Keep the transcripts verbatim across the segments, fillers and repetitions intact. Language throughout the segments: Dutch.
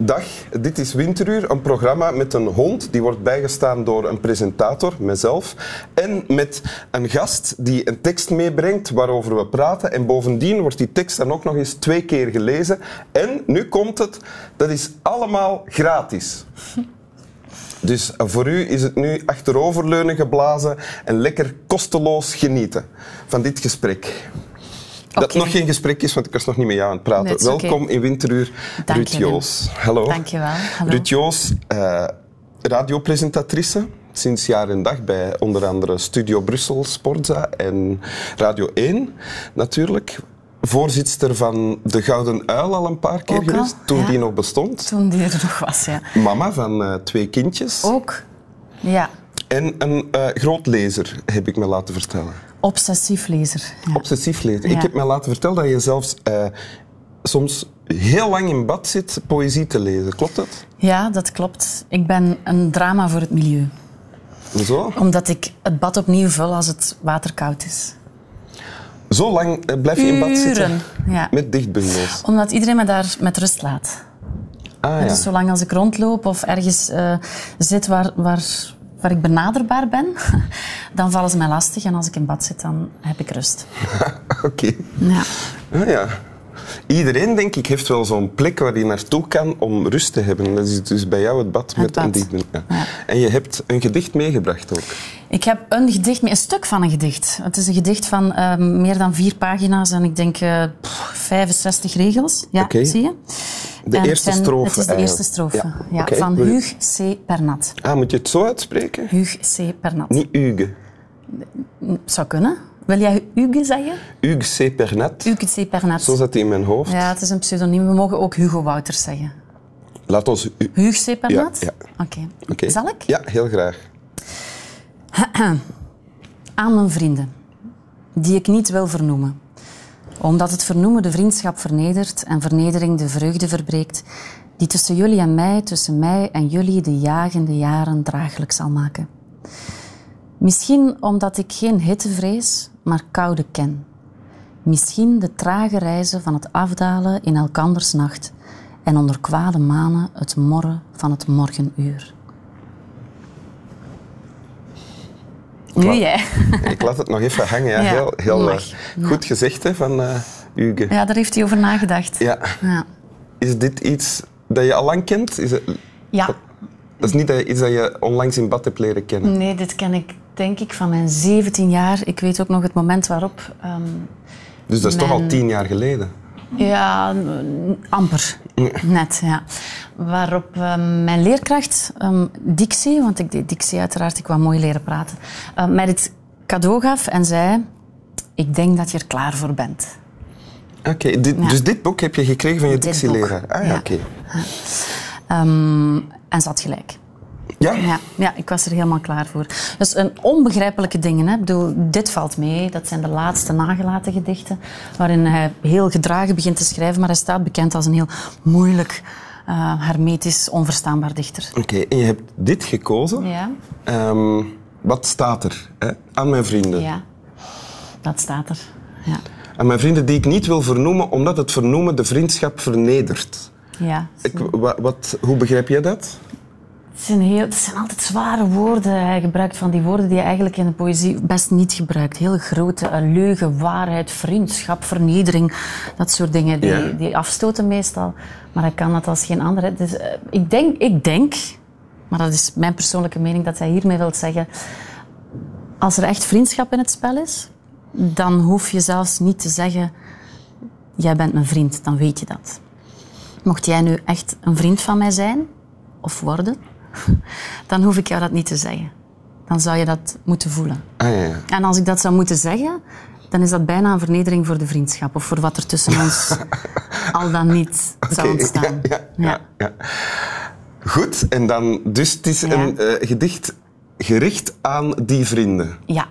Dag, dit is Winteruur, een programma met een hond. Die wordt bijgestaan door een presentator, mezelf. En met een gast die een tekst meebrengt waarover we praten. En bovendien wordt die tekst dan ook nog eens twee keer gelezen. En, nu komt het, dat is allemaal gratis. Dus voor u is het nu achteroverleunen geblazen en lekker kosteloos genieten van dit gesprek. Dat okay. nog geen gesprek is, want ik was nog niet met jou aan het praten. Nee, Welkom okay. in Winteruur, Ruud Joos. Hallo. Dank je wel. Hallo. Ruud Joos, uh, radiopresentatrice, sinds jaar en dag bij onder andere Studio Brussel, Sportza en Radio één natuurlijk. Voorzitter van De Gouden Uil al een paar keer Ook geweest, al, toen ja. die nog bestond. Toen die er nog was, ja. Mama van uh, twee kindjes. Ook, ja. En een uh, groot lezer, heb ik me laten vertellen. Obsessief lezer. Ja. Obsessief lezer. Ja. Ik heb me laten vertellen dat je zelfs uh, soms heel lang in bad zit poëzie te lezen. Klopt dat? Ja, dat klopt. Ik ben een drama voor het milieu. Zo? Omdat ik het bad opnieuw vul als het water koud is. Zo lang uh, blijf je in bad zitten? Uren, ja. Met dichtbundels? Omdat iedereen me daar met rust laat. Ah, ja. Dus zolang als ik rondloop of ergens uh, zit waar... waar waar ik benaderbaar ben, dan vallen ze mij lastig. En als ik in bad zit, dan heb ik rust. Oké. Okay. Ja. Ah, ja. Iedereen, denk ik, heeft wel zo'n plek waar hij naartoe kan om rust te hebben. Dat is dus bij jou het bad het met bad. een dichtbundel. Ja. Ja. En je hebt een gedicht meegebracht ook. Ik heb een gedicht, een stuk van een gedicht. Het is een gedicht van uh, meer dan vier pagina's en ik denk uh, pff, vijfenzestig regels. Ja, okay. Zie je? De en eerste het zijn, strofe. Het is de eigenlijk. eerste strofe. Ja. Ja, Okay. van Hugues C. Pernat. Ah, moet je het zo uitspreken? Hugues C. Pernat. Niet Hugues. Zou kunnen. Wil jij Hugues zeggen? Hugues C. Pernat. Hugues C. Pernat. Zo zat hij in mijn hoofd. Ja, het is een pseudoniem. We mogen ook Hugo Wouters zeggen. Laat ons... U... Hugues C. Pernat? Ja. ja. Oké. Okay. Okay. Zal ik? Ja, heel graag. Aan mijn vrienden, die ik niet wil vernoemen. Omdat het vernoemen de vriendschap vernedert en vernedering de vreugde verbreekt, die tussen jullie en mij, tussen mij en jullie de jagende jaren draaglijk zal maken. Misschien omdat ik geen hitte vrees, maar koude ken. Misschien de trage reizen van het afdalen in elkanders nacht en onder kwade manen het morren van het morgenuur. Nu jij. Ik laat het nog even hangen. Ja. Ja, heel heel uh, goed ja. gezegd hè, van uh, Hugues. Ja, daar heeft hij over nagedacht. Ja. Ja. Is dit iets dat je al lang kent? Is het... Ja. Dat is niet iets dat je onlangs in bad hebt leren kennen? Nee, dit ken ik denk ik van mijn zeventien jaar. Ik weet ook nog het moment waarop... Um, dus dat is mijn... toch al tien jaar geleden? Ja, amper. Nee. Net, ja. Waarop uh, mijn leerkracht, um, Dixie, want ik deed Dixie uiteraard, ik wou mooi leren praten, uh, mij dit cadeau gaf en zei, ik denk dat je er klaar voor bent. Oké, okay, ja. Dus dit boek heb je gekregen van je Dixie-leraar? Ah ja, ja. oké. Okay. Um, en ze had gelijk. Ja? ja? Ja, ik was er helemaal klaar voor. Dus een onbegrijpelijke dingen. Hè. Ik bedoel, dit valt mee. Dat zijn de laatste nagelaten gedichten, waarin hij heel gedragen begint te schrijven, maar hij staat bekend als een heel moeilijk, uh, hermetisch, onverstaanbaar dichter. Oké, okay, en je hebt dit gekozen. Ja. Um, wat staat er? Hè? Aan mijn vrienden. Ja, dat staat er. Ja. Aan mijn vrienden die ik niet wil vernoemen, omdat het vernoemen de vriendschap vernedert. Ja. Ik, wat, wat, hoe begrijp jij dat? Het zijn, heel, het zijn altijd zware woorden. Hij gebruikt van die woorden die je eigenlijk in de poëzie best niet gebruikt. Heel grote, uh, leugen, waarheid, vriendschap, vernedering. Dat soort dingen, die, ja. die afstoten meestal. Maar hij kan dat als geen ander. Dus, uh, ik, denk, ik denk, maar dat is mijn persoonlijke mening, dat hij hiermee wil zeggen, als er echt vriendschap in het spel is, dan hoef je zelfs niet te zeggen, jij bent mijn vriend, dan weet je dat. Mocht jij nu echt een vriend van mij zijn, of worden, dan hoef ik jou dat niet te zeggen. Dan zou je dat moeten voelen. Ah, ja, ja. En als ik dat zou moeten zeggen, dan is dat bijna een vernedering voor de vriendschap. Of voor wat er tussen ons al dan niet okay, zou ontstaan. Ja, ja, ja. Ja, ja. Goed, en dan, dus het is ja. een uh, gedicht gericht aan die vrienden. Ja.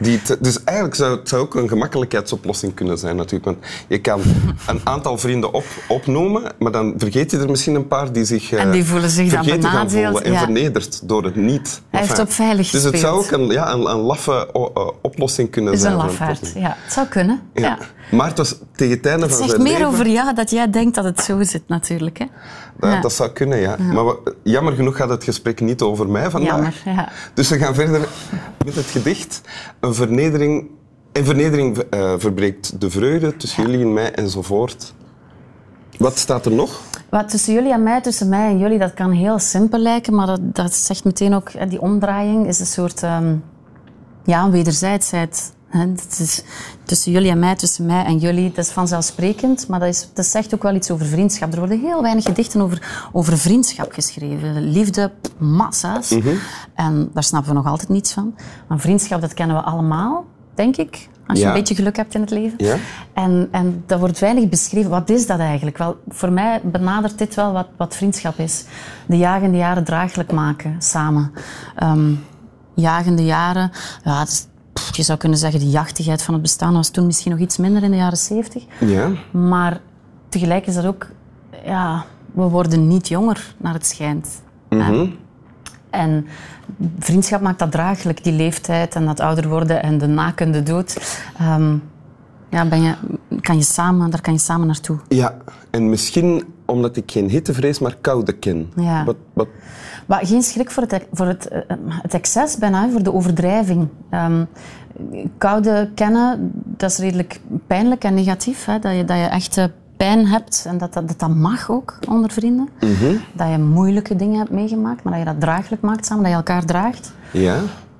Die te, dus eigenlijk zou het zou ook een gemakkelijkheidsoplossing kunnen zijn natuurlijk. Want je kan een aantal vrienden op, opnoemen, maar dan vergeet je er misschien een paar die zich en die voelen zich dan vergeten gaan benadeeld, voelen en ja. vernederd door het niet. Hij Enfin, heeft op veilig dus het gespeeld. zou ook een, ja, een, een laffe uh, oplossing kunnen is zijn. een voor lafaard, probleem. ja. Het zou kunnen. Ja. Ja. Maar het was tegen het einde Het van zegt zijn meer leven... over jou dat jij denkt dat het zo zit, natuurlijk. Hè? Dat, Ja. dat zou kunnen, ja. ja. Maar we, jammer genoeg gaat het gesprek niet over mij vandaag. Jammer, ja. Dus we gaan verder met het gedicht. Een vernedering, en vernedering uh, verbreekt de vreugde tussen ja. jullie en mij enzovoort. Wat staat er nog? Wat tussen jullie en mij, tussen mij en jullie, dat kan heel simpel lijken, maar dat, dat zegt meteen ook, die omdraaiing is een soort um, ja, wederzijdsheid. Het is tussen jullie en mij, tussen mij en jullie. Dat is vanzelfsprekend, maar dat, is, dat zegt ook wel iets over vriendschap. Er worden heel weinig gedichten over, over vriendschap geschreven. Liefde, massa's. Mm-hmm. En daar snappen we nog altijd niets van. Maar vriendschap, dat kennen we allemaal, denk ik. Als je ja. een beetje geluk hebt in het leven. Ja. En, en dat wordt weinig beschreven. Wat is dat eigenlijk? Wel, voor mij benadert dit wel wat, wat vriendschap is. De jagende jaren draaglijk maken, samen. Um, jagende jaren... Ja, het is, je zou kunnen zeggen, de jachtigheid van het bestaan was toen misschien nog iets minder in de jaren zeventig. Ja. Maar tegelijk is dat ook... Ja, we worden niet jonger, naar het schijnt. Mm-hmm. En vriendschap maakt dat draaglijk, die leeftijd en dat ouder worden en de nakende dood. Um, ja, ben je, kan je samen, daar kan je samen naartoe. Ja, en misschien omdat ik geen hitte vrees, maar koude ken. Ja. Wat, wat... Maar geen schrik voor het, voor het, het excess bijna, voor de overdrijving. Um, koude kennen, dat is redelijk pijnlijk en negatief. Hè? Dat, je, dat je echt pijn hebt en dat dat, dat, dat mag ook onder vrienden. Mm-hmm. Dat je moeilijke dingen hebt meegemaakt, maar dat je dat draaglijk maakt samen, dat je elkaar draagt. Ja.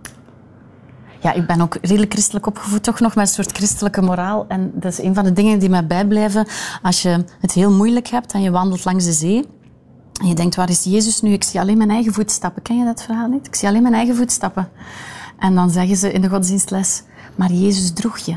Ja, ik ben ook redelijk christelijk opgevoed, toch nog met een soort christelijke moraal. En dat is een van de dingen die mij bijblijven. Als je het heel moeilijk hebt en je wandelt langs de zee en je denkt, waar is Jezus nu? Ik zie alleen mijn eigen voetstappen. Ken je dat verhaal niet? Ik zie alleen mijn eigen voetstappen. En dan zeggen ze in de godsdienstles, maar Jezus droeg je.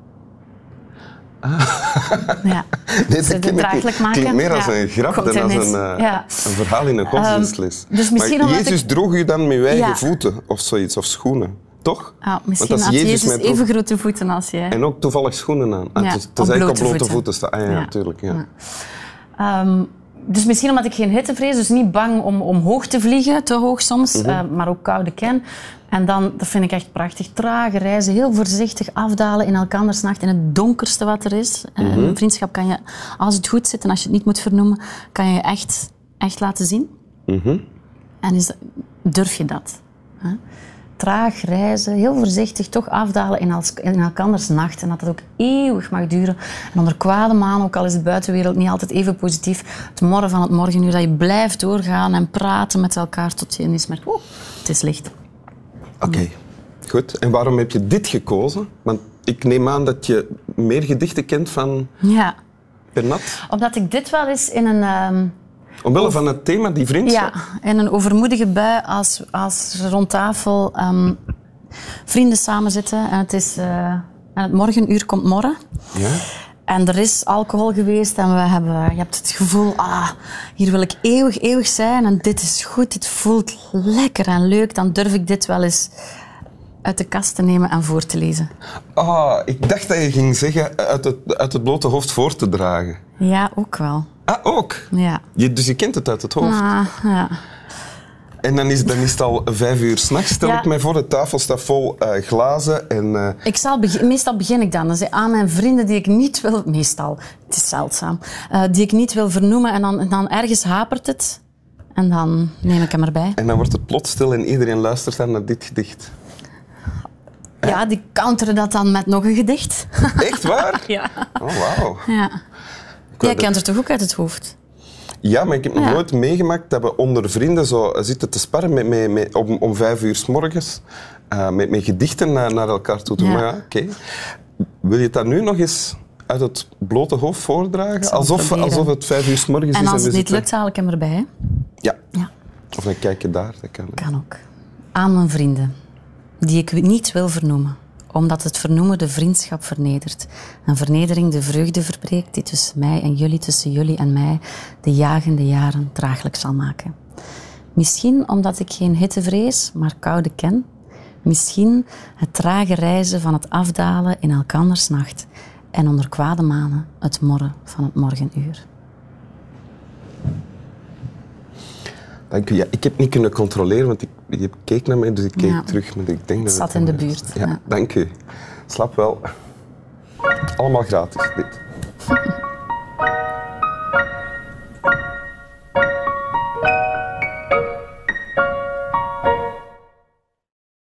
Ah. Ja. Nee, dat ken draaglijk ik. maken. Klinkt meer als ja. een grap Komt dan als een, uh, ja. een verhaal in een godsdienstles. Um, dus misschien maar Jezus ik... droeg u dan met uw eigen ja. voeten of zoiets, of schoenen, toch? Ah, misschien had Jezus, Jezus Jezus even grote voeten als jij. En ook toevallig schoenen aan. Ah, ja, het is eigenlijk op blote voeten, voeten staan. Ah, ja, ja. natuurlijk. Ja. Ja. Um, dus misschien omdat ik geen hitte vrees, dus niet bang om, om hoog te vliegen, te hoog soms, mm-hmm. uh, maar ook koude ken. En dan, dat vind ik echt prachtig, trage reizen, heel voorzichtig afdalen in elkanders nacht, in het donkerste wat er is. Mm-hmm. Uh, vriendschap kan je, als het goed zit en als je het niet moet vernoemen, kan je echt, echt laten zien. Mm-hmm. En is, durf je dat? Huh? Traag reizen, heel voorzichtig toch afdalen in, als, in elkanders nacht. En dat dat ook eeuwig mag duren. En onder kwade maan, ook al is de buitenwereld niet altijd even positief, het morren van het morgenuur, dat je blijft doorgaan en praten met elkaar tot je ineens merkt, oh, het is licht. Oké, okay. Goed. En waarom heb je dit gekozen? Want ik neem aan dat je meer gedichten kent van ja. Bernat. Omdat ik dit wel eens in een... Um, Omwille of... van het thema, die vriendschap? Ja, in een overmoedige bui als, als rond tafel um, vrienden samen zitten en het, is, uh, en het morgenuur komt morren. Ja. En er is alcohol geweest en we hebben, je hebt het gevoel, ah, hier wil ik eeuwig, eeuwig zijn en dit is goed, dit voelt lekker en leuk. Dan durf ik dit wel eens uit de kast te nemen en voor te lezen. Ah, ik dacht dat je ging zeggen uit het, uit het blote hoofd voor te dragen. Ja, ook wel. Ah, ook? Ja. Je, dus je kent het uit het hoofd? Ah, ja. En dan is, dan is het al vijf uur 's nachts, stel ja. ik mij voor. De tafel staat vol uh, glazen en... Uh... Ik zal begin, meestal begin ik dan. Dan zeg aan mijn vrienden die ik niet wil... Meestal, het is zeldzaam. Uh, die ik niet wil vernoemen en dan, en dan ergens hapert het. En dan neem ik hem erbij. En dan wordt het plots stil en iedereen luistert dan naar dit gedicht. Ja, die counteren dat dan met nog een gedicht. Echt waar? Ja. Oh, wauw. Ja. Jij kent er toch ook uit het hoofd? Ja, maar ik heb nog ja. nooit meegemaakt dat we onder vrienden zo zitten te sparren met, met, met, om, om vijf uur 's morgens uh, met, met gedichten naar, naar elkaar toe te doen. Ja. Ja, okay. Wil je dat nu nog eens uit het blote hoofd voordragen? Alsof, alsof het vijf uur 's morgens en is. En als het niet zitten... lukt, haal ik hem erbij. Hè? Ja. ja. Of dan kijk je daar. Dat kan, kan ook. Aan mijn vrienden, die ik niet wil vernoemen. Omdat het vernoemen de vriendschap vernedert. En vernedering de vreugde verbreekt die tussen mij en jullie, tussen jullie en mij, de jagende jaren draaglijk zal maken. Misschien omdat ik geen hitte vrees, maar koude ken. Misschien het trage reizen van het afdalen in elkanders nacht en onder kwade manen het morren van het morgenuur. Dank u. Ja, ik heb niet kunnen controleren, want ik, je keek naar mij, dus ik keek Ja. terug. Maar ik denk dat Het zat het in de is. buurt. Ja, Ja. dank u. Slap wel. Allemaal gratis, dit.